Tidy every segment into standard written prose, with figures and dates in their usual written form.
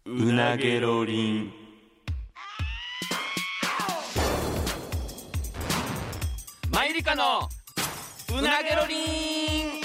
うなげろりん。マユリカのうなげろりん。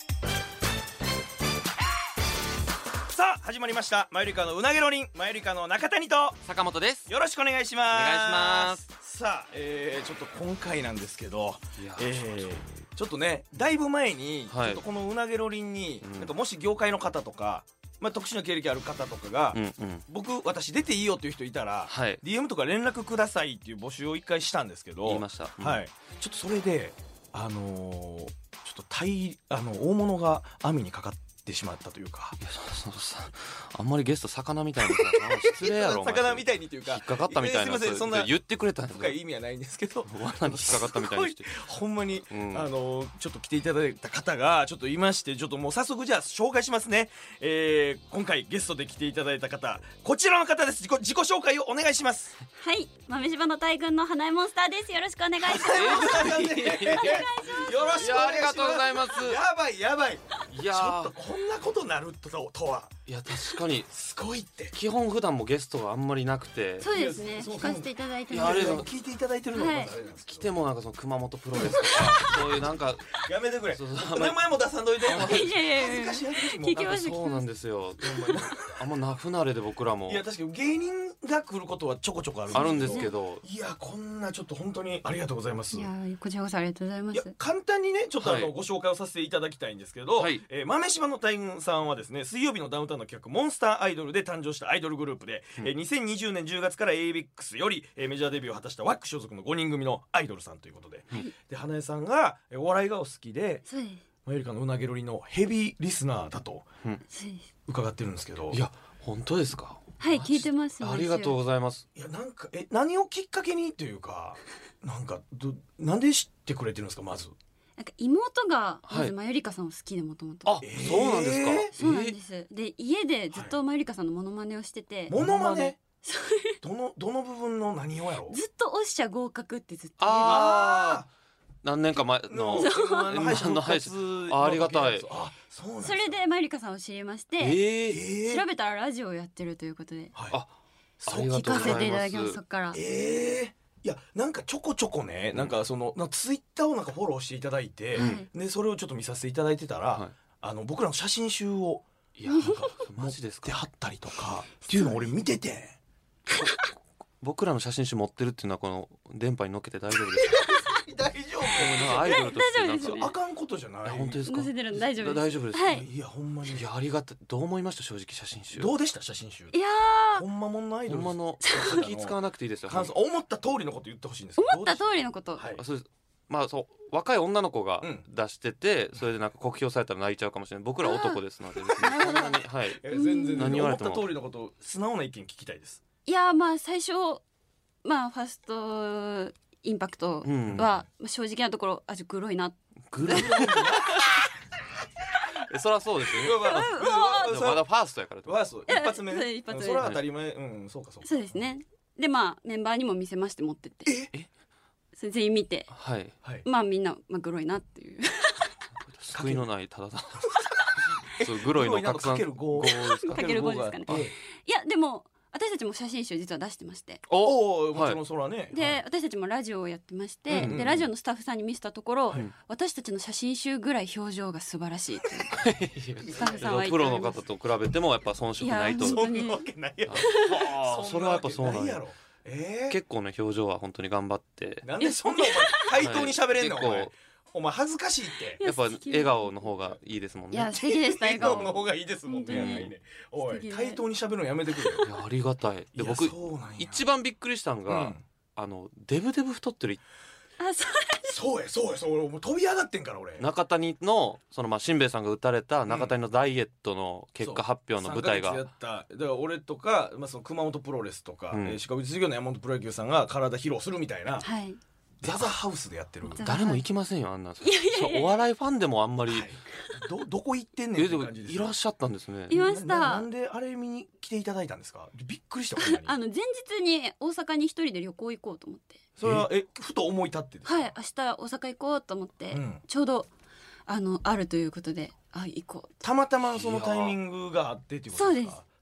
さあ始まりましたマユリカのうなげろりん。マユリカの中谷と坂本です。 よろしくお願いします。 お願いします。 さあ、ちょっと今回なんですけど、 いやちょっとねだいぶ前に、 はいちょっとこのうなげろりんに、 うんなんかもし業界の方とか、特殊な経歴ある方とかが、私出ていいよっていう人いたら、 はい DM とか連絡くださいっていう募集を一回したんですけど、 言いました、 はい、ちょっとそれでちょっと大物が網にかかってしまったというか、 いやそうあんまりゲスト魚みたいな失礼やろお前魚みたいにというか引っかかったみたいな、 すいませんそんな言ってくれたんです深い意味はないんですけど、 罠に引っかかったみたいにしてほんまに、 うんちょっと来ていただいた方がちょっといまして、ちょっともう早速じゃあ紹介しますね。今回ゲストで来ていただいた方、こちらの方です。自己紹介をお願いします。 はい、豆柴の大群の花江モンスターです。よろしくお願いします。 よろしくお願いします。 いやありがとうございます。 やばいやばい。 いやちょっとこんなことなるとは。 いや確かにすごいって。 基本普段もゲストがあんまりなくて、 そうですね。 いやそう聞かせていただいていやます。 ありがとう聞いていただいてるのがまずあれなんですけど、 来てもなんかその熊本プロレスとかそういうなんかやめてくれ。 そうそう名前も出さんといて。 いやいやいや恥ずかしい恥ずかしい。もう聞きましたそうなんですよ。あんまな不慣れで僕らもいや確かに芸人が来ることはちょこちょこあるんですけど、 いやこんなちょっと本当にありがとうございます。 いやこちらこそありがとうございまいやす。 簡単にねちょっとはいご紹介をさせていただきたいんですけど、 はい豆柴の大群さんはですね、水曜日のダウンタウンの企画モンスターアイドルで誕生したアイドルグループで、2020年10月から ABEX より、メジャーデビューを果たしたワック所属の5人組のアイドルさんということで、で花江さんがお笑いがお好きで、 そうです。 マユリカのうなげろりのヘビーリスナーだとそうです。 伺ってるんですけど、 いや本当ですか。 はい、聞いてます。 ありがとうございます。 いやなんか何をきっかけにというか、なんで知ってくれてるんですかまず。 なんか妹がまはいずマユリカさんを好きでもともと。 あ、そうなんですか。 そうなんです。で家でずっとマユリカさんのモノマネをしてて、 モノマネどの部分の何をやろう。 ずっとおっしゃ合格ってずっと言うああ何年か前のの配信ありがたい。 あ、そうなんですそれでマユリカさんを知りまして、調べたらラジオをやってるということではいあそうありが聞かとうございますせていただきます。そっから。 いやなんかちょこちょこね、なんかそのツイッターをなんかフォローしていただいて、でそれをちょっと見させていただいてたら、僕らの写真集をいやなんかマジですか。 で貼ったりとかっていうのを俺見てて、 僕らの写真集持ってるっていうのはこの電波に乗っけて大丈夫ですか。 大丈夫。 なんかアイドルとしてなんかあかんことじゃない。 本当ですか。 載せてるの大丈夫です。 大丈夫です。 はい。 いやほんまに。 いやありがたい。どう思いました正直写真集。 どうでした写真集。 いやほんまもんのアイドルほんまの気使わなくていいですよ。 感想思った通りのこと言ってほしいんですけど。 思った通りのこと。 はいあそうです。まあそう若い女の子がうん出してて、それでなんか酷評されたら泣いちゃうかもしれない。僕ら男ですので、別にそんなにはい。 全然何言われても思った通りのことを素直な意見聞きたいです。 いやまあ最初まあファーストインパクトうんは、まあ正直なところグロいな。 グラそりゃそうですよね。でもまだファーストやから。 ワースト一発目ね。 一発目それは当たり前。そうかそうか。 そうですね。でまあメンバーにも見せまして持ってって。それ全員見て、 はい。 はい。 まあみんなグロいなっていう。 救いのないただだ。そうグロいのたくさん。 かける5 ですか。 かける5ですかねはいいやでも私たちも写真集実は出してまして。 おお、もちろはんそらね。 で、私たちもラジオをやってまして、 うんうんうんでラジオのスタッフさんに見せたところ、私たちの写真集ぐらい表情が素晴らしいというスタッフさんは言ってプロおります。 の方と比べてもやっぱ遜色ないと。 いやそんなわけないやろ。 それはやっぱそうなんや。 やろ。 結構ね表情は本当に頑張って。 なんでそんなお前対等に喋れんのお前はい結構。 お前恥ずかしいって。 やっぱ笑顔の方がいいですもんね。 いや素敵でした笑笑顔の顔。 方がいいですもんね。 本当にやないねおい素敵で対等に喋るのやめてくれよ。 いやありがたい。でいや僕そうなんや一番びっくりしたんが、デブデブ太ってるあそう俺もう飛び上がってんから俺。 中谷のそのまあしんべヱさんが打たれた中谷のダイエットの結果発表の舞台そう3ヶ月やが。 っただから俺とか、その熊本プロレスとか、 うんシカゴ実業の山本プロ野球さんが体披露するみたいな、 はい。 ザザハウスでやってる。 誰も行きませんよあんなん。そうお笑いファンでもあんまり。 どこ行ってんねんってでも感じですいらっしゃったんですね。 いましたなんであれ見に来ていただいたんですか。びっくりしたほんまに。 前日に大阪に一人で旅行行こうと思って。 それはふと思い立ってですか。 はい、明日大阪行こうと思って、 うんちょうどあるということで、行こう。 たまたまそのタイミングがあってっていうことですか。 そうです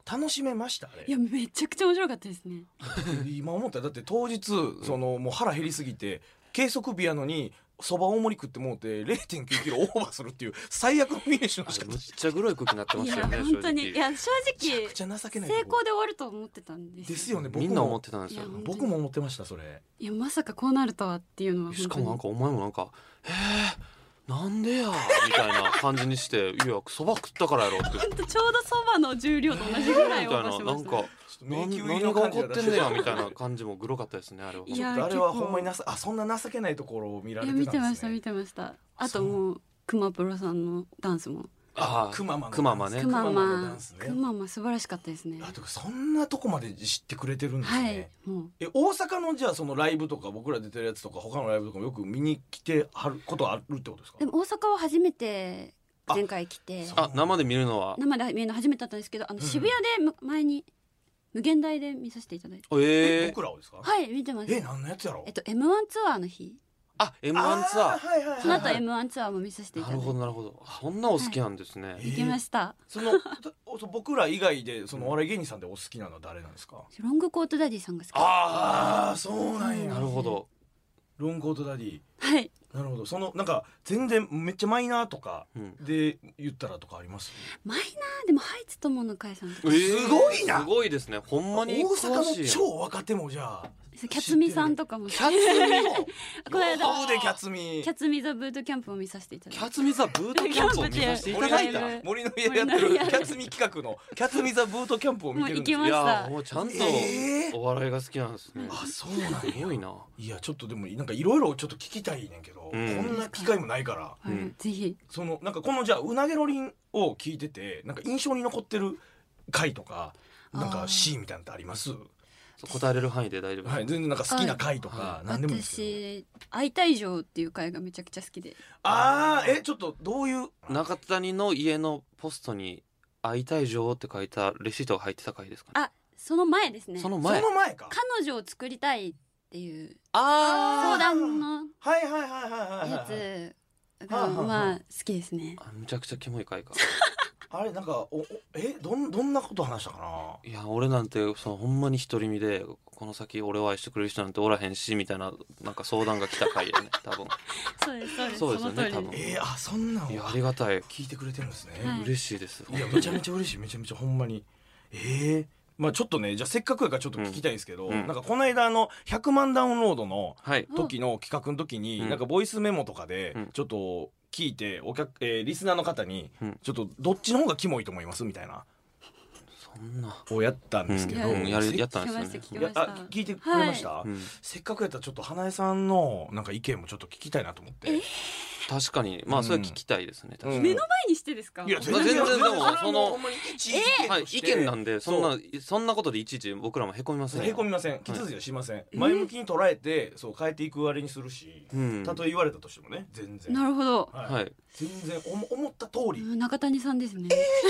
楽しめましたあれ。 いやめちゃくちゃ面白かったですね。 今思ったらだって当日もう腹減りすぎて計測日やのにそば大盛り食ってもうて 0.9 キロオーバーするっていう最悪のフィニッシュの仕方むっちゃグロい空気になってまいやしたよね本当に正直いや正めちゃ直くちゃ情けない成功で終わると思ってたんですですよね。 みんな思ってたんですよいや僕も思ってましたそれ。 いやまさかこうなるとはっていうのは本当にしかもなんかお前もなんかなんでやみたいな感じにしていやそば食ったからやろってほんとちょうどそばの重量と同じぐらいオーバーしましたなんか何が起こってんねやみたいな感じもグロかったですねあれは。 いやあれはほんまにそんな情けないところを見らいれてたんですね。 や見てました見てましたあともうくまプロさんのダンスもくままのくままねくまくままのダまンスねくまま素晴らしかったですね。 あとそんなとこまで知ってくれてるんですはいね。 もう大阪のじゃあそのライブとか僕ら出てるやつとか他のライブとかもよく見に来てはることあるってことですか。 でも大阪は初めて前回来て生で見るのは生で見るの初めてだったんですけど渋谷で前に無限大で見させていただいて僕らをですか。 はい見てました。 何のやつやろ。 M1 ツアーの日 M1 ツアーはいはいはいその後 M1 ツアーも見させていたなるだいてほどなるほどそんなお好きなんですね、 行きました。 僕ら以外でそのお笑い芸人さんでお好きなのは誰なんですか。 ロングコートダディさんが好き。 ああそうなんや。 なるほどロングコートダディ。 はいなるほど。なんか全然めっちゃマイナーとかうんで言ったらとかあります。 マイナーでもハイツ友の会さんとかすごいなすごいですねほんまに大阪詳しいやんの超若手もじゃあキャツミさんとかも好きキャツミもこの間そうでキャツミキャツミザブートキャンプを見させていただいてキャツミザブートキャンプを見させていただいたキャンプ森の家でやってるキャツミ企画のキャツミザブートキャンプを見てるんですよ。 もう行きましたいやもうちゃんとお笑いが好きなんですね、 あそうなんや。 すごいな。 いやちょっとでもなんかいろいろちょっと聞きたいねんけど、 うんこんな機会もないからはいぜひなんかこのじゃあうなげろりんを聞いててなんか印象に残ってる回とかなんかシーンみたいなのってあります。 答えれる範囲で大丈夫です、 はい、全然なんか好きな回とか何でもいいですけ私会いたい城っていう回がめちゃくちゃ好きでど。ちょっとどういう中谷の家のポストに会いたい女王って書いたレシートが入ってた回ですかね。 あその前ですねその前その前か。 彼女を作りたいっていうあ相談のはいはいはいはいはいやはい。 つはあはあがまあ好きですね。 むちゃくちゃキモい回かあれなんかどんなこと話したかな。 いや俺なんてほんまに独り身でこの先俺を愛してくれる人なんておらへんしみたいななんか相談が来た回やね多分そうですそうですそうですよねの通り多分そんなんいやありがたい聞いてくれてるんですね。 はい嬉しいですいやめちゃめちゃ嬉しいめちゃめちゃほんまに。まあちょっとねじゃあせっかくやからちょっと聞きたいんですけど、 うんなんかこの間100万ダウンロードのはい時の企画の時に、 うんなんかボイスメモとかでうんちょっと聞いてリスナーの方にうんちょっとどっちの方がキモいと思いますみたいなそんなをやったんですけど、 うんやったん聞きまですよねした聞きました。 聞いてくれました、 うんせっかくやったらちょっと花江さんのなんか意見もちょっと聞きたいなと思って。 確かにまあそれは聞きたいですね確かに目の前にしてですか。 いや全然でもそのほんまに一はい意見なんでそんそうなことでいちいち僕らもへこみませんよへこみません傷ついはしません、前向きに捉えてそう変えていくあれにするし、 うんたとえ言われたとしてもね全然なるほど。 はいはい全然思った通り、 中谷さんですね。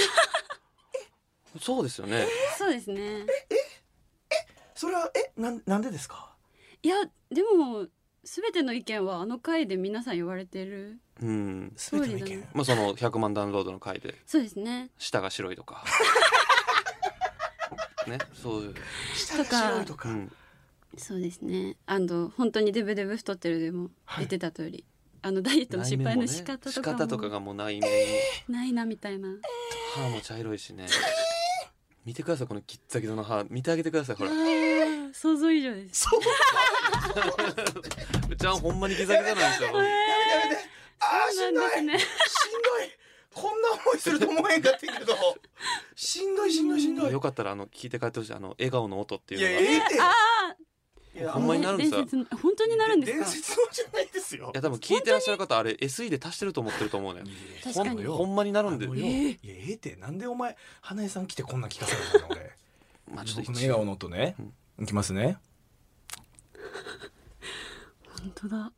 そうですよねそうですね。 それはなんでですか。 いやでも全ての意見はあの回で皆さん言われてる。 うん全ての意見そうだねまあその100万ダウンロードの回でそうですね。 舌が白いとかねそういう下が白いとか、 うんそうですね。本当にデブデブ太ってるでも言ってた通り、ダイエットの失敗の仕方と仕かも方とかがもう内面もないなみたいな。 歯も茶色いしね見てくださいこのギッザギザの歯見てあげてくださいほら想像以上です。 そううちはほんまにギザギザなんですよやめてしんどいそうなんですね。 こんな思いすると思えんかってんけどしんどいよかったら聞いて帰ってほしい笑顔の音っていいうのがやってあいやほんまになるんですよ伝説本当になるんですか。 伝説のじゃないですよいや多分聞いてらっしゃる方あれ SE で足してると思ってると思うね確かにほんまになるんでいやってなんでお前花江さん来てこんなん聞かされたの俺まあちょっと僕の笑顔の音ね、いきますね本当だ。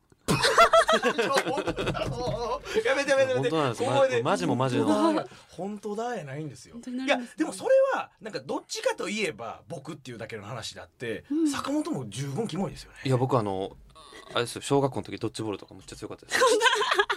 やめて本当なんですよ小声でマジもマジの本当だやないんですよ本当にないやるんですねでもそれはなんかどっちかといえば僕っていうだけの話であって、坂本も十分キモいですよね。 いや僕あれですよ小学校の時ドッジボールとかめっちゃ強かったです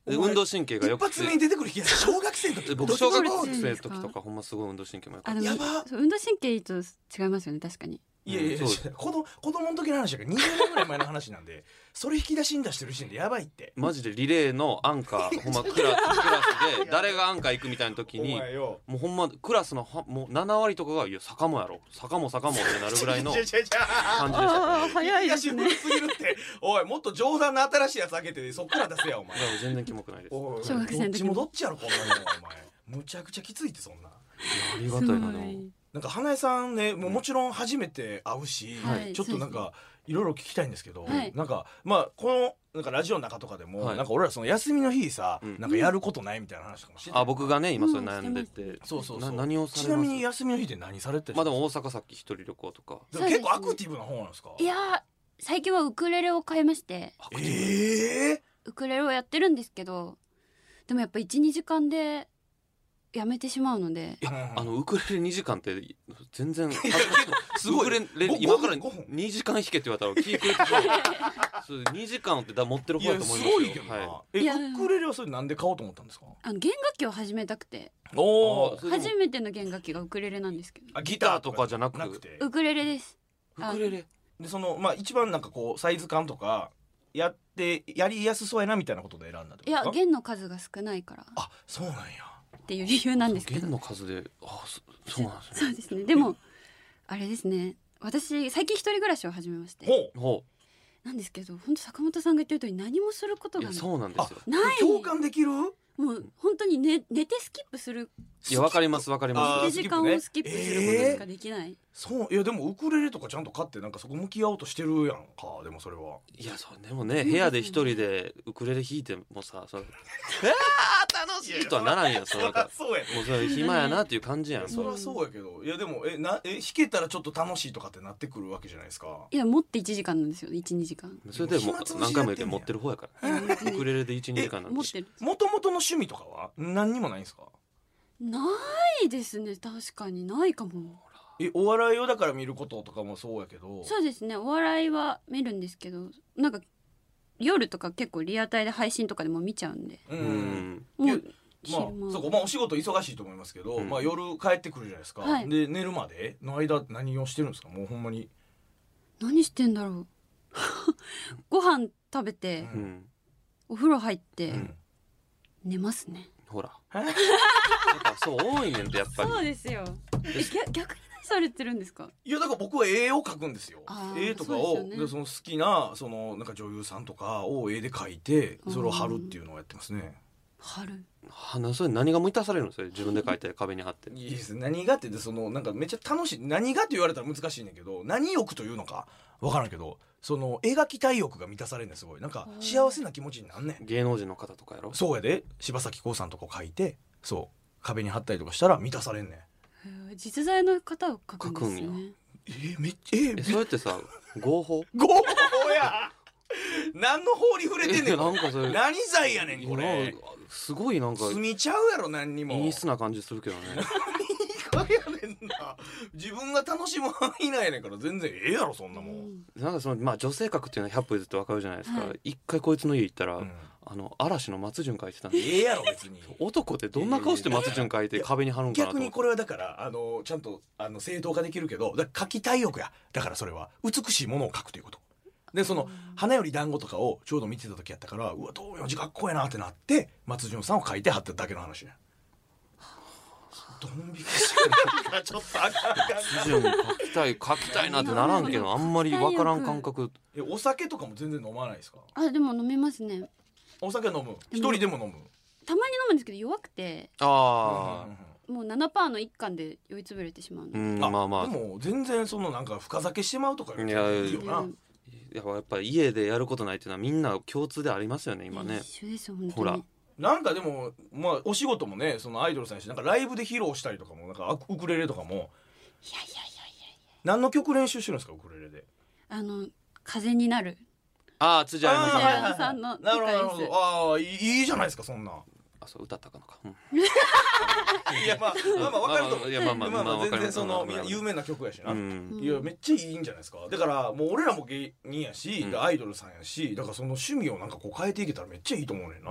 で運動神経が一良くて発目に出てくる気がする小学生の時僕小学どっち生の時とかほんますごい運動神経も良かったでもやばそう運動神経いいと違いますよね確かに。 いやいや、 そうです子供の時の話だから20年ぐらい前の話なんでそれ引き出しに出してる時点でやばいって。 マジでリレーのアンカーほんまクラスで誰がアンカー行くみたいな時にお前よもうほんまクラスのもう7割とかがいや坂もやろ坂もってなるぐらいの感じでしたね。 早いですね引き出し古すぎるっておいもっと冗談の新しいやつ開けてそっから出せやお前。 だから全然キモくないです。 おい小学生の時どっちもどっちやろこんなのお前むちゃくちゃきついってそんな。 ありがたいなでも。 なんか花江さんねもちろん初めて会うし、 はいちょっとなんかいろいろ聞きたいんですけど、 はいなんかまあこのなんかラジオの中とかでも、 はいなんか俺らその休みの日さ、 うんなんかやることないみたいな話とかもしてた。 あ僕がね今それ悩んでてそうそうそう何をさちれます？ なみに休みの日って何されてるんまあですか？ でも大阪さっき一人旅行とかでも結構アクティブな方なんですか？ いやー最近はウクレレを買いましてウクレレをやってるんですけどでもやっぱ 1,2 時間でやめてしまうのでウクレレ2時間って全然すごいウクレレ今から 5分 2時間弾けって言われたら聞いてるとそう2時間って持ってる方だと思いますよ。 いやすごいけどな、 はいウクレレはそれなんで買おうと思ったんですか？ 弦楽器を始めたくておおそれでも初めての弦楽器がウクレレなんですけどギターとかじゃなくてウクレレです。 ウクレレでそのまあ一番なんかこうサイズ感とかやりやすそうやなみたいなことで選んだってこといやですか？ 弦の数が少ないからあそうなんや。 っていう理由なんですけど弦の数でそうなんですね。 そうですねでもあれですね私最近一人暮らしを始めましてほうほなんですけど本当坂本さんが言ってる通り何もすることがないういやそうなんですよ。 ない共感できる？ もう本当に、寝てスキップするいやわかりますわかりあま寝ーす。 て時間をスキップすることしかできない、 そういやでもウクレレとかちゃんと買ってなんかそこ向き合おうとしてるやんか。でもそれはいやそうでもね部屋で一人でウクレレ弾いてもさそれ楽しいとはならんやん。そのなんかそうやもうそれ暇やなっていう感じやん。 そりゃそうやけどいやでも弾けたらちょっと楽しいとかってなってくるわけじゃないですか。 いや持って1時間なんですよ 1,2 時間それでも暇つぶし何回も言ってやってんねや持ってる方やからいや本当にウクレレで12時間なんて持ってるもともとの趣味とかは何にもないんですか？ ないですね確かにないかもお笑いをだから見ることとかもそうやけどそうですねお笑いは見るんですけどなんか夜とか結構リアタイで配信とかでも見ちゃうんでううんんもういや昼間そうかまあお仕事忙しいと思いますけど、 うんまあ夜帰ってくるじゃないですか、 はいで寝るまでの間何をしてるんですか？もうほんまに何してんだろうご飯食べて、 うんお風呂入って、 うん寝ますねほらえやっぱそう多いねんってやっぱりそうですよ逆に何されてるんですか？ いやだから僕は絵を描くんですよあー絵とかをそうですよねその好きなそのなんか女優さんとかを絵で描いてそれを貼るっていうのをやってますね。 春それ何が満たされるんですよ自分で描いて壁に貼っていいです何がってそのなんかめっちゃ楽しい何がって言われたら難しいねんけど何欲というのか分からんけどその描きたい欲が満たされるねんすごいなんか幸せな気持ちになんねん。 芸能人の方とかやろそうやで柴咲コウさんとか描いてそう壁に貼ったりとかしたら満たされんねん。 実在の方を描くんです描くんねめっちゃそうやってさ合法合法や何の法に触れてんねんなんかそれ何罪やねんこれすごいなんか住みちゃうやろ何にも陰湿な感じするけどね何がやねんな自分が楽しむ範囲内やねんから全然ええやろそんなもん、 なんかそのまあ女性格っていうのは100歩譲って分かるじゃないですか、 はい一回こいつの家行ったら、 うん嵐の松潤書いてたんでええやろ別に男ってどんな顔して松潤書いて壁に貼るんかなと思って逆にこれはだからちゃんと正当化できるけどだから描きたい欲やだからそれは美しいものを描くということでその花より団子とかをちょうど見てた時やったからうわ東洋寺かっこええなってなって松潤さんを描いて貼っただけの話ねドン引きしてるちょっとあかん松潤書きたいなってならんけどあんまり分からん感覚お酒とかも全然飲まないですか？ あでも飲めますねお酒飲む一人でも飲むたまに飲むんですけど弱くてああもう 7% の一貫で酔いつぶれてしまうの、 うんまあまあでも全然そのなんか深酒してまうとかよりいやいいよな。 やっぱり家でやることないっていうのはみんな共通でありますよね今ね一緒ですよ本当にほらなんかでもまあお仕事もねそのアイドルさんやしなんかライブで披露したりとかもなんかウクレレとかもいやいやいやいや何の曲練習してるんですかウクレレで？ 風になるああ辻彩乃さんのはいはいさんのなるほどなるほ理解ですどああいいじゃないですかそんな。 あそう歌ったかなか、うんいやまあまあまあ分かると思う。 いやまあまあまあまあわかります全然そのわかります有名な曲やしな。 うんいやめっちゃいいんじゃないですか。だからもう俺らも芸人やし、 うんアイドルさんやしだからその趣味をなんかこう変えていけたらめっちゃいいと思うねんな。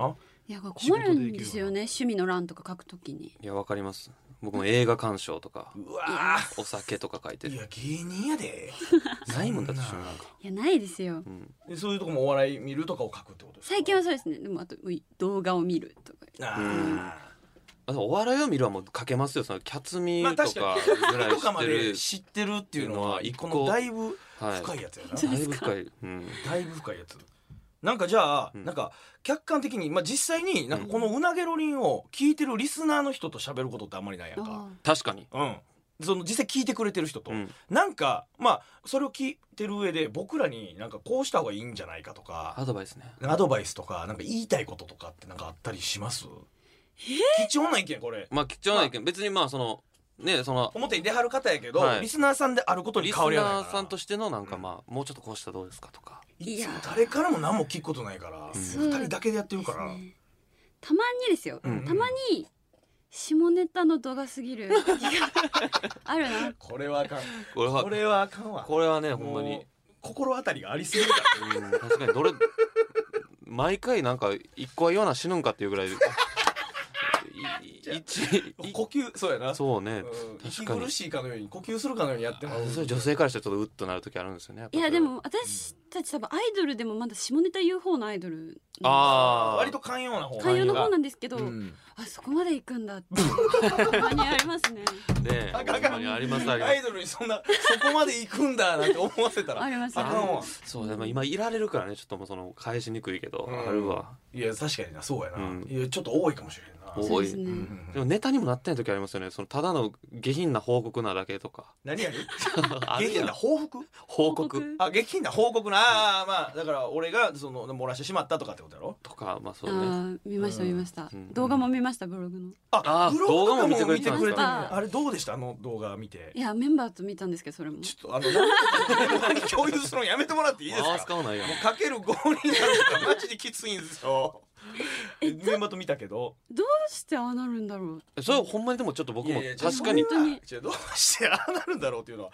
いやこれ困るんですよね、趣味の欄とか書くときに。 いやわかります。僕も映画鑑賞とかうわお酒とか書いてる。 いや芸人やでないもんだって趣味なんか。 いやないですよ、 でそういうとこもお笑い見るとかを書くってことですか？ 最近はそうですね。でもあと動画を見るとか。 あお笑いを見るはもう書けますよ。そのキャツミまあとかぐらいとかまで知ってる。 知ってるっていうのは一個このだいぶ深いやつやな、 だいぶ深い。 だいぶ深いやつ。なんかじゃあ、なんか客観的に、まあ、実際になんかこのうなげろりんを聞いてるリスナーの人と喋ることってあんまりないやんか。 確かに。 その実際聞いてくれてる人と、 うん、 なんかまあそれを聞いてる上で僕らになんかこうした方がいいんじゃないかとかアドバイスね。 アドバイスとかなんか言いたいこととかってなんかあったりします？貴重な意見これ。 まあ貴重な意見、別にまあそのねその表に出はる方やけど、 はいリスナーさんであることにリス変わりはないから。 ナーさんとしてのなんかまあもうちょっとこうしたらどうですかとか。 いつも誰からも何も聞くことないから、二人だけでやってるから。 たまにですよ、たまに下ネタの度が過ぎるあるな。 これはあかん。 これはあかんわ。 これはねほんまに心当たりがありすぎるから。 確かにどれ毎回なんか一個は言わな死ぬんかっていうぐらい呼吸そうやな。 そうね、 息苦しいかのように呼吸するかのようにやってます。 それ女性からしてちょっとウッとなる時あるんですよね。 いやでも私たち多分アイドルでもまだ下ネタ言う方のアイドル、 割と寛容な方、 寛容な方なんですけど、あそこまで行くんだってたまにありますね。 ねえありますあります。 アイドルにそこまで行くんだなんて思わせたらありますあかんわ。 そうでも今いられるからねちょっともうその返しにくいけど、あるわ。 いや確かになそうやな、いやちょっと多いかもしれんな。 多い、でもネタにもなってない時ありますよね。そのただの下品な報告なだけとか。 何下品な報復？ 報告。 下品な報告な。まあだから俺がその漏らしてしまったとかってことやろ？ とかまあそうね。 見ました、動画も見ました、ブログの。 動画も見てくれてる。 んですか？あれどうでした？あの動画見て。 いやメンバーと見たんですけど、それもちょっと何共有するのやめてもらっていいですか？ 使わないよ。 もうかける5になるからマジできついんですよ。メンバーと見たけどどうしてああなるんだろう。 それほんまにでもちょっと僕も確かにどうしてああなるんだろうっていうのは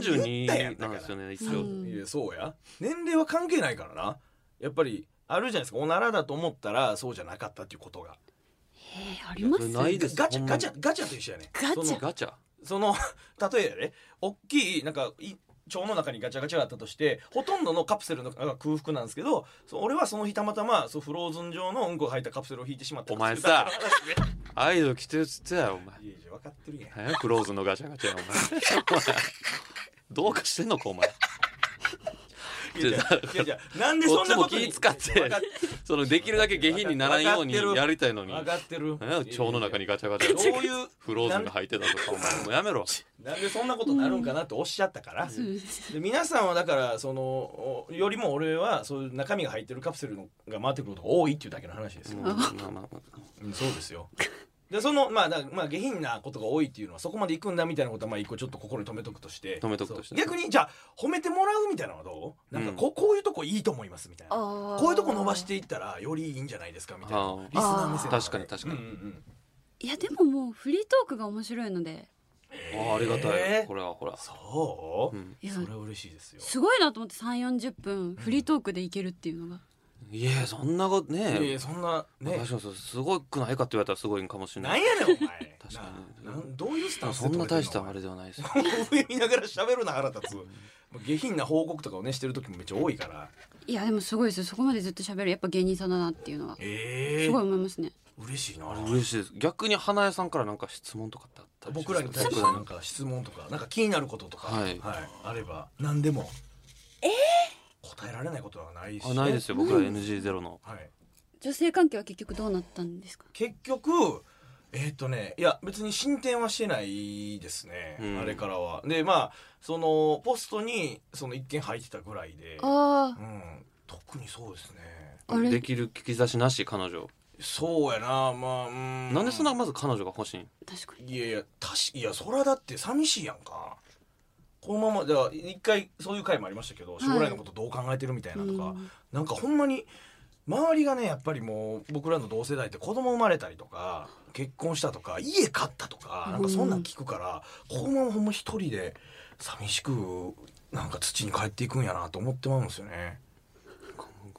32なんですよね一応。 いやそうや、年齢は関係ないからな。やっぱりあるじゃないですか。おならだと思ったらそうじゃなかったっていうことが。 あります？ ないです。 ガチャと一緒やね。 ガチャその例えやね、大きいなんか腸の中にガチャガチャがあったとして、ほとんどのカプセルのが空腹なんですけど、俺はその日たまたまフローズン状のうんこが入ったカプセルを引いてしまった。 お前さアイドル来てるっつってやろお前。 いや分かってるやん。 早くクローズのガチャガチャやお前どうかしてんのかお前。 いやなんでそんなことに気使ってそのできるだけ下品にならんようにやりたいのに。 分かってる。 腸の中にガチャガチャそういうフローズンが入ってたとかお前もうやめろ。 なんでそんなことになるんかなっておっしゃったから、で皆さんはだからそのよりも俺はそういう中身が入ってるカプセルのが回ってくることが多いっていうだけの話ですよ。そうですよ。でそのまあ下品なことが多いっていうのはそこまで行くんだみたいなことはまあ一個ちょっと心に留めとくとして、逆にじゃあ褒めてもらうみたいなのはどう？なんかこういうとこいいと思いますみたいな、こういうとこ伸ばしていったらよりいいんじゃないですかみたいなリスナー目線。 確かに、 いやでももうフリートークが面白いので。 ありがたい。これはほらそう、それは嬉しいですよ。 すごいなと思って。3、40分フリートークでいけるっていうのが、 いやそんなことね。 いやそんなね。 すごくないかって言われたらすごいかもしれない。 なんやねんお前。 確かに。どういうスタンスでそんな大したあれではないです。 上見ながら喋るな腹立つ。下品な報告とかをねしてる時もめっちゃ多いから。 いやでもすごいですよ。そこまでずっと喋るやっぱ芸人さんだなっていうのはすごい思いますね。 嬉しいな。 嬉しいです。逆に花江さんからなんか質問とかってあったり？ 僕らに対してなんか質問とかなんか気になることとかあれば何でも。答えられないことはないし。 ないですよ。僕ら NG0 の。 女性関係は結局どうなったんですか？ 結局いや別に進展はしてないですね、あれからは。でまあそのポストにその一件入ってたぐらいで、特にそうですね。 できる兆しなし彼女。 そうやな。まあなんでそんなまず彼女が欲しいん？ 確かに。 いやそれはだって寂しいやんか。このままでは一回そういう回もありましたけど、将来のことどう考えてるみたいなとか、なんかほんまに周りがねやっぱりもう僕らの同世代って子供生まれたりとか結婚したとか家買ったとかなんかそんなん聞くから、このままほんま一人で寂しくなんか土に帰っていくんやなと思ってまうんですよね。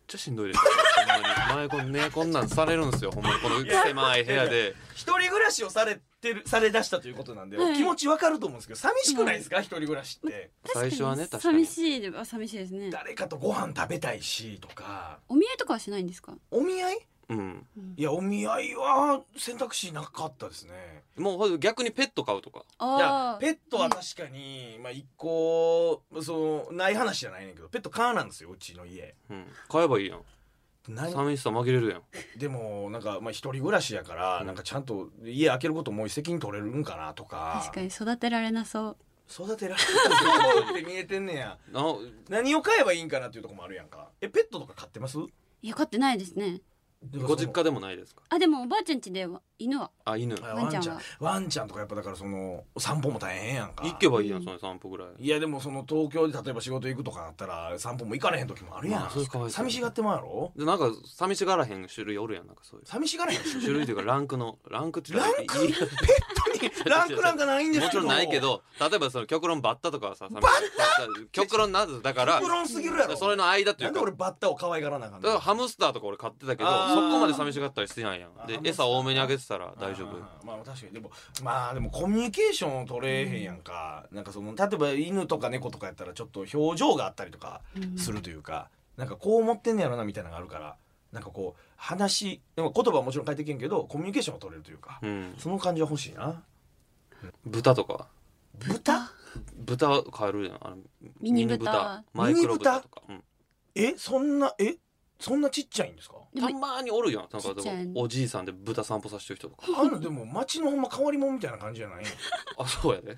ちゃしんどいですよほんまに前こんなんされるんですよほんまにこの狭い部屋で一人暮らしをされ出したということなんで、 はい気持ちわかると思うんですけど寂しくないですか、一人暮らしって最初はね確かに寂しいですね。 誰かとご飯食べたいしとか。 お見合いとかはしないんですか？ お見合い、 うんいやお見合いは選択肢なかったですね。 もう逆にペット飼うとかいやああペットは確かに、まあ一個ない話じゃないねんけどペット飼わなんですようちの家。 うん飼えばいいやん何寂しさ紛れるやんでもなんかまあ一人暮らしやから、なんかちゃんと家開けることも責任取れるんかなとか。 確かに育てられなそう。 育てられるそうって見えてんねや。 な何を飼えばいいんかなっていうところもあるやんか。ペットとか飼ってます？ いや飼ってないですね。 ご実家でもないですか？ あでもおばあちゃん家では犬はあ犬ワワンちゃんはワンちゃんとかやっぱだから散歩も大変やんか。 行けばいいやんその散歩ぐらいいやでも東京で例えば仕事行くとかなったら散歩も行かれへん時もあるやん、 まあそれかわいそう寂しがってまうやろ。 でなんか寂しがらへん種類おるやんなんかそういう寂しがらへんし種類というかランクって言ったらランクいいランクなんかないんですけど。 もちろんないけど例えば極論バッタとかはさ極論なんですだから極論すぎるやろ。 それの間といなんでうか俺バッタを可愛がらなあかんの。 だからハムスターとか俺飼ってたけどあーそこまで寂しがったりしてないやんであハムスター餌多めにあげてたら大丈夫まあ確かにでもコミュニケーションを取れへんやんか、なんか例えば犬とか猫とかやったらちょっと表情があったりとかするというか、なんかこう思ってんねやろなみたいなのがあるから、なんかこうでも言葉はもちろん返ってけんけどコミュニケーションを取れるというか、 うんその感じは欲しいな。 豚とか豚飼えるやんミニ豚マイクロ豚とかそんなちっちゃいんですか？ でもたまにおるやんなんかちっちゃいでもおじいさんで豚散歩させてる人とかでも街のほんま変わり者みたいな感じじゃないあそうやで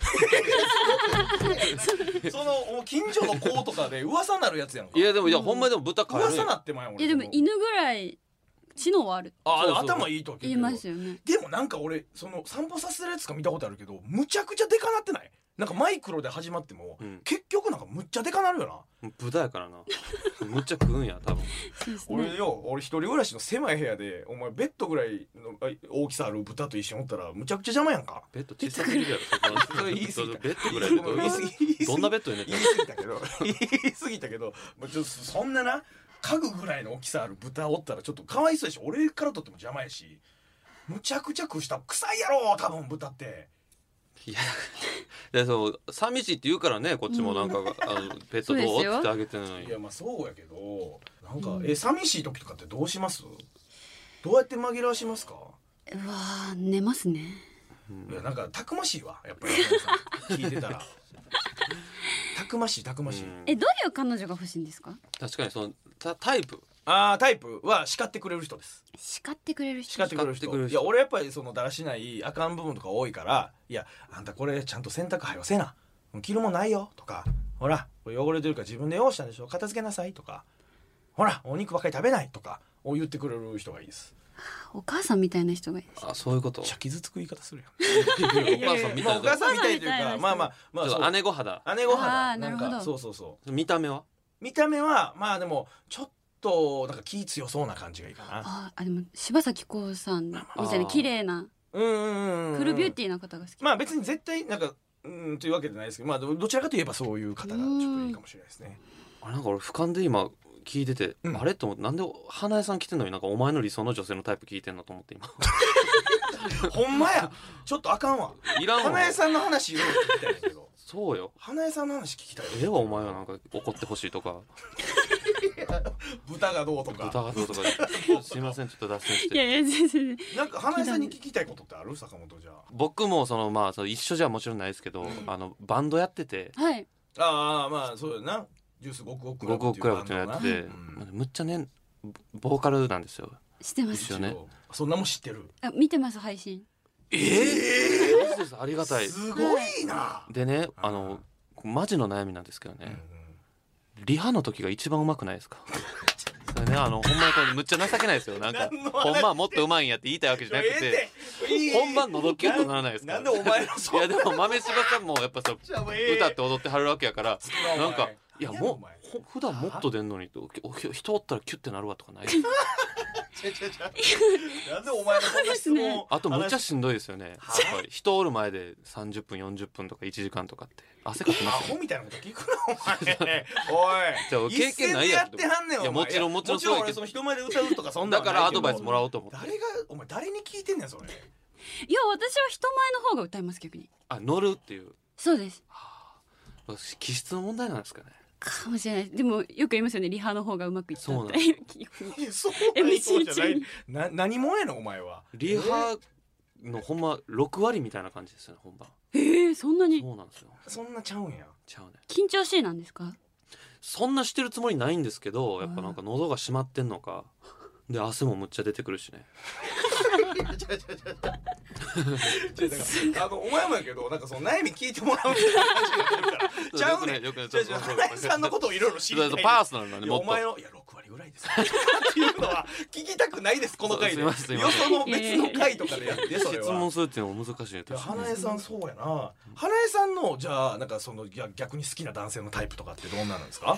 近所の子とかで噂なるやつやんか。 いやでもほんまでも豚飼える噂やなんってまんや俺。 いやでも犬ぐらい知能はあるあそうそう頭いいとは聞いてる言いますよね。 でもなんか俺散歩させてるやつか見たことあるけどむちゃくちゃでかなってない？なんかマイクロで始まっても、 うん結局なんかむっちゃでかなるよな。 豚やからなむっちゃ食うんや多分そうですね。 俺一人暮らしの狭い部屋でお前ベッドぐらいの大きさある豚と一緒におったらむちゃくちゃ邪魔やんか。 ベッド小さすぎるやろそれ言い過ぎたベッドぐらいでどんなベッドに寝てる言い過ぎたけど言い過ぎたけどちょっとそんなな家具ぐらいの大きさある豚おったらちょっとかわいそうやし俺からとっても邪魔やしむちゃくちゃ食うしたら臭いやろ多分豚って。 いやで寂しいって言うからねこっちもなんか、ペットどうって言ってあげてるのにいやまあそうやけどなんか、寂しい時とかってどうします？どうやって紛らわしますか？ うわー寝ますね。 いやなんかたくましいわやっぱり聞いてたらたくましい、 うんどういう彼女が欲しいんですか？ 確かにタイプタイプは叱ってくれる人です。 叱ってくれる人。 叱ってくれる人。いや俺やっぱりだらしないあかん部分とか多いから、いやあんたこれちゃんと洗濯はよせな、着るもんないよとか、ほらこれ汚れてるから自分で用したんでしょ、片付けなさいとか、ほらお肉ばっかり食べないとかを言ってくれる人がいいです。 お母さんみたいな人がいいです。 あそういうことめっちゃ傷つく言い方するやん。 お母さんみたいなお母さんみたいというか、 そうまあそう姉御肌姉御あ肌ーなるほどんかそう見た目は見た目はまあでもちょっとなんか気強そうな感じがいいかな。 でも柴咲コウさんみたいな綺麗なクールビューティーな方が好き。 まあ別に絶対なんかというわけじゃないですけど、まあどちらかといえばそういう方がちょっといいかもしれないですね。 なんか俺俯瞰で今聞いてて、あれと思ってなんで花江さん来てんのになんかお前の理想の女性のタイプ聞いてんのと思って今ほんまやちょっとあかんわ。 いらんわ花江さんの話言うの聞きたいんだけどそうよ花江さんの話聞きたいわお前はなんか怒ってほしいとか豚がどうとか豚がどうとかすいませんちょっと脱線していやいや全然なんか花江さんに聞きたいことってある？坂本じゃ僕も一緒じゃもちろんないですけど、バンドやっててはいあまあそうやな。ジュースごくごくごくごくクラブっていうのやってて、むっちゃねボーカルなんですよ。 知ってます一緒ねそんなもん知ってる？ 見てます配信。 マジですありがたいすごいな。 でねマジの悩みなんですけどね、リハの時が一番うまくないですか？それねほんまにこれむっちゃ情けないですよ。なんかほんまはもっとうまいんやって言いたいわけじゃなくて本番喉キュッとならないですか？ なんでお前のいやでも豆柴さんもやっぱ歌って踊ってはるわけやからなんかいやもう普段もっと出んのに人おったらキュッてなるわとかないなんでお前のこんな質問あとむっちゃしんどいですよね。やっぱり人おる前で30分40分とか1時間とかって汗かきアますよね。 ホみたいなこと聞くなお前おいじゃあ経験ないやん一斉でやってはんねんお前。 いやもちろんもちろん俺その人前で歌うとかそんなだからアドバイスもらおうと思って。 誰がお前誰に聞いてんねんそれ。 いや私は人前の方が歌います逆に。 あ、乗るっていう。 そうです。 気質の問題なんですかね。 かもしれない。でもよく言いますよね、リハの方がうまくいったって。 そうなんそうじゃない何者やのお前は。 リハのほんま6割みたいな感じですよね本番。 そんなにそうなんですよ。 そんなちゃうんや。 ちゃうね。 緊張しいなんですか？ そんなしてるつもりないんですけど、やっぱなんか喉が締まってんのかで汗もむっちゃ出てくるしね。 お前もやけどなんかその悩み聞いてもらうみたいな感じになってるからちゃうねん。 よくね花井さんのことをいろいろ知りたい。 パーソナルなんでもっと。 お前のいや6割ぐらいですっていうのは聞きたくないですこの回で。よすいませんその別の回とかでやってそれは。 質問するっていうのも難しいね。 花江さんそうやな。花江さんのじゃあなんかその逆に好きな男性のタイプとかってどんななんですか？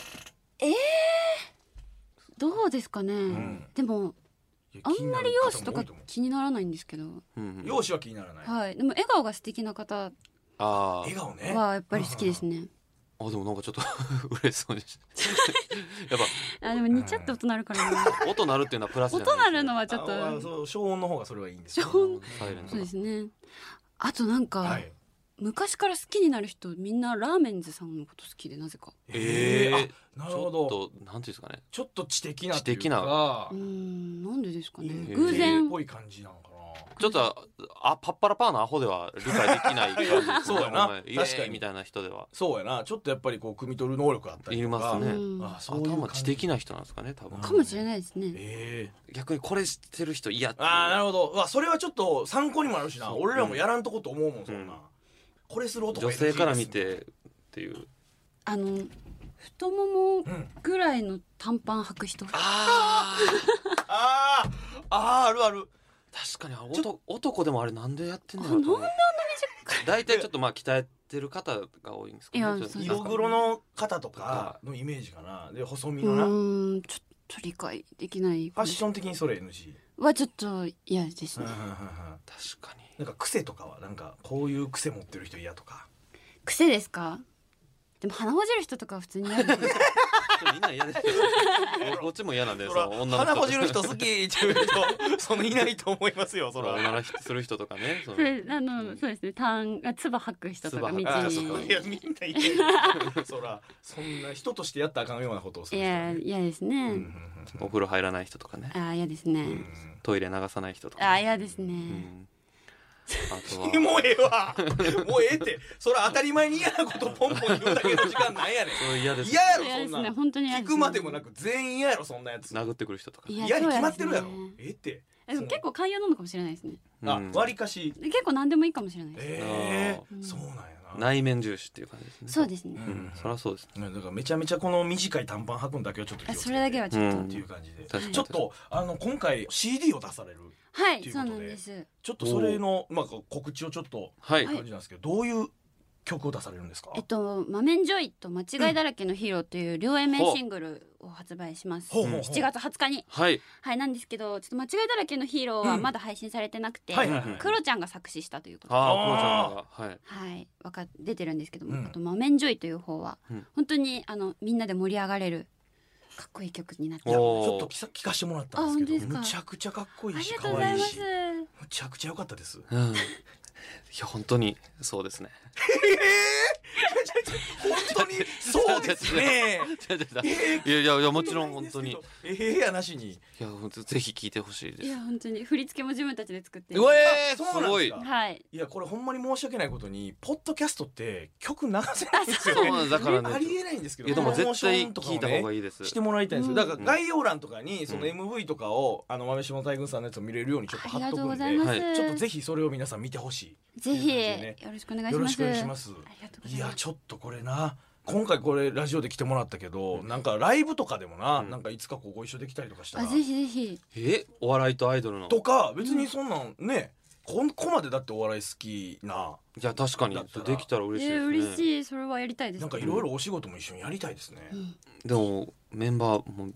どうですかね、でもあんまり容姿とか気にならないんですけど、 容姿は気にならない。 はい、でも笑顔が素敵な方笑顔ねはやっぱり好きですね。 あ、でもなんかちょっと嬉しそうにやっでも似ちゃって音鳴るからな。 ぱ音鳴るっていうのはプラスじゃない。 音鳴るのはちょっとそう消音の方がそれはいいんですよ。 そうですね。あとなんか、昔から好きになる人みんなラーメンズさんのこと好きでなぜか。 なるほど。 ちょっとなんていうんですかね。 ちょっと知的な知的な。 なんでですかね。 偶然っぽい感じなのかな。 ちょっとパッパラパーなアホでは理解できない感じですね。 そうやな。 確かにみたいな人では。 そうやな。ちょっとやっぱりこう汲み取る能力があったりとか。 いますね。 頭知的な人なんですかね多分。 かもしれないですね。 逆にこれ知ってる人嫌って。 なるほど。それはちょっと参考にもなるしな。俺らもやらんとこと思うもんそんな。これする男女性から見てっていう。 太ももぐらいの短パン履く人。 あるある。 確かに男でもあれなんでやってんのやろと思う。大体ちょっと鍛えてる方が多いんですかね。 色黒の方とかのイメージかな。で細身のな。 ちょっと理解できない。 ファッション的にそれ NG はちょっと嫌ですね。 確かに。 なんか癖とかはなんかこういう癖持ってる人嫌とか。 癖ですか？でも鼻ほじる人とかは普通に嫌ですよ。 みんな嫌ですよ。こっちも嫌なんで、 鼻ほじる人好きって言う人いないと思いますよ。 女の人する人とかね。 そうですね。唾吐く人とか道に。いやみんな嫌。そんな人としてやったらあかんようなことをする。 いや嫌ですね。 お風呂入らない人とかね。 嫌ですね。 トイレ流さない人とか。 嫌ですね。 もうええわ。もうええって。それ当たり前に嫌なことポンポン言うだけの時間なんやねん。 嫌です。 嫌やろそんな。 本当に聞くまでもなく全員嫌やろそんなやつ。 殴ってくる人とか。 嫌に決まってるやろ。ええって。 でも結構寛容なのかもしれないですね。 割かし。 結構何でもいいかもしれないです。 そうなんやな。 内面重視っていう感じですね。 そうですね。 そりゃそうです。 だからめちゃめちゃこの短い短パン履くんだけはちょっとそれだけはちょっとっていう感じで。ちょっと今回 CD を出される。 はい、そうなんです。 ちょっとそれの告知をちょっと感じなんですけど、どういう曲を出されるんですか？ マメンジョイと間違いだらけのヒーローという両 A 面シングルを発売します。7月20日に。はいなんですけど、ちょっと間違いだらけのヒーローはまだ配信されてなくて、クロちゃんが作詞したということで、 クロちゃんが出てるんですけども、あとマメンジョイという方は本当にみんなで盛り上がれる。かっこいい曲になってます。 ちょっと聞かせてもらったんですけど、むちゃくちゃかっこいいし可愛いし、むちゃくちゃ良かったです。 いや本当にそうですね。 本当にそうですね。 いやもちろん本当に。 やなしに。いやぜひ聴いてほしいです。 いや本当に振り付けも自分たちで作って。 すごい。 はい。 いやこれほんまに申し訳ないことにポッドキャストって曲流せないんですよね。 だからね。 ありえないんですけど。 いやでも絶対聞いた方がいいです。 してもらいたいんですよ。だから概要欄とかにその MV とかを豆下大軍さんのやつを見れるようにちょっと貼っとくんで、ちょっとぜひそれを皆さん見てほしい。 ぜひよろしくお願いします。 よろしくお願いします。いやちょっとこれな。今回これラジオで来てもらったけど、なんかライブとかでもなんかいつかご一緒できたりとかしたら、 ぜひぜひ。 お笑いとアイドルのとか別にそんなんね、こまでだってお笑い好きな。 いや確かにできたら嬉しいですね。 嬉しい。それはやりたいです。 なんかいろいろお仕事も一緒にやりたいですね。 でもメンバーも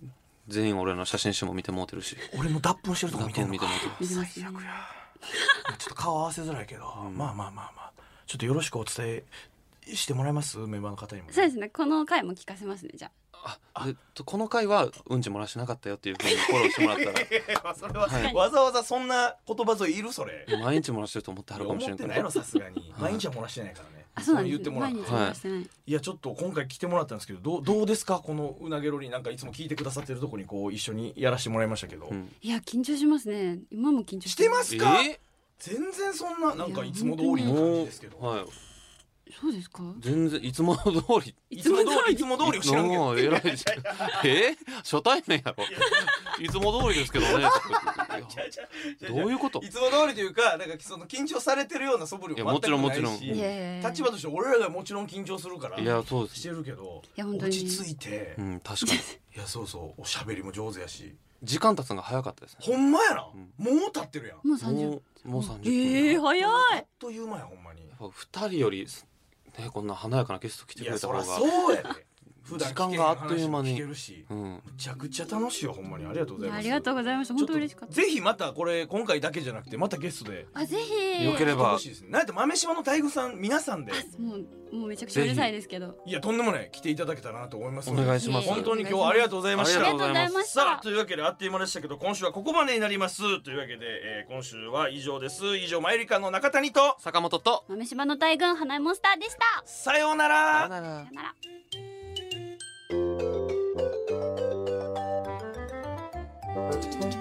全員俺の写真集も見てもうてるし、 俺の脱粉してるとこ見てんの見てもうてる。 最悪やちょっと顔合わせづらいけど、まあちょっとよろしくお伝えしてもらえます、メンバーの方にも。 そうですね、この回も聞かせますね。じゃこの回はうんち漏らしなかったよっていうふうにフォローしてもらったらそれは、はい、わざわざそんな言葉添えいる？それ毎日漏らしてると思ってはるかもしれない。 思ってないのさすがに毎日は漏らしてないからね。 そうなんです、 言ってもらって、 毎日漏らしてない。 いやちょっと今回来てもらったんですけど、どうですかこのうなげろり、なんかいつも聞いてくださってるとこにこう一緒にやらせてもらいましたけど、 いや緊張しますね。今も緊張してますか？全然そんななんかいつも通りの感じですけど。 はい。 そうですか？ 全然いつも通りいつも通りを知らんけど。 偉いです。初対面やろ。いつも通りですけどね。どういうこと？ いつも通りというか、なんかその緊張されてるような素振りも全くないし、立場として俺らがもちろん緊張するからしてるけど、落ち着いて、 確かに。いやそうそう、おしゃべりも上手やし、 時間経つのが早かったですね。 ほんまやな。もう経ってるやん。 もう30。 もう30分。 早い。 あっという間やほんまに。 2人よりね、こんな華やかなゲスト来てくれた方が。 そうやで。 時間があっという間に聞けるし、むちゃくちゃ楽しいよほんまに。ありがとうございます。 ありがとうございました。本当嬉しかった。 ぜひまたこれ今回だけじゃなくてまたゲストで、 ぜひよければ。 なんて豆島の大悟さん皆さんで、 もうめちゃくちゃうるさいですけど、 いやとんでもない来ていただけたらなと思います。 お願いします。 本当に今日はありがとうございました。 ありがとうございました。 さあというわけであっという間でしたけど、今週はここまでになります。というわけで、今週は以上です。以上マユリカの中谷と坂本と豆島の大群花江モンスターでした。 さようなら。 さようなら。 さようなら。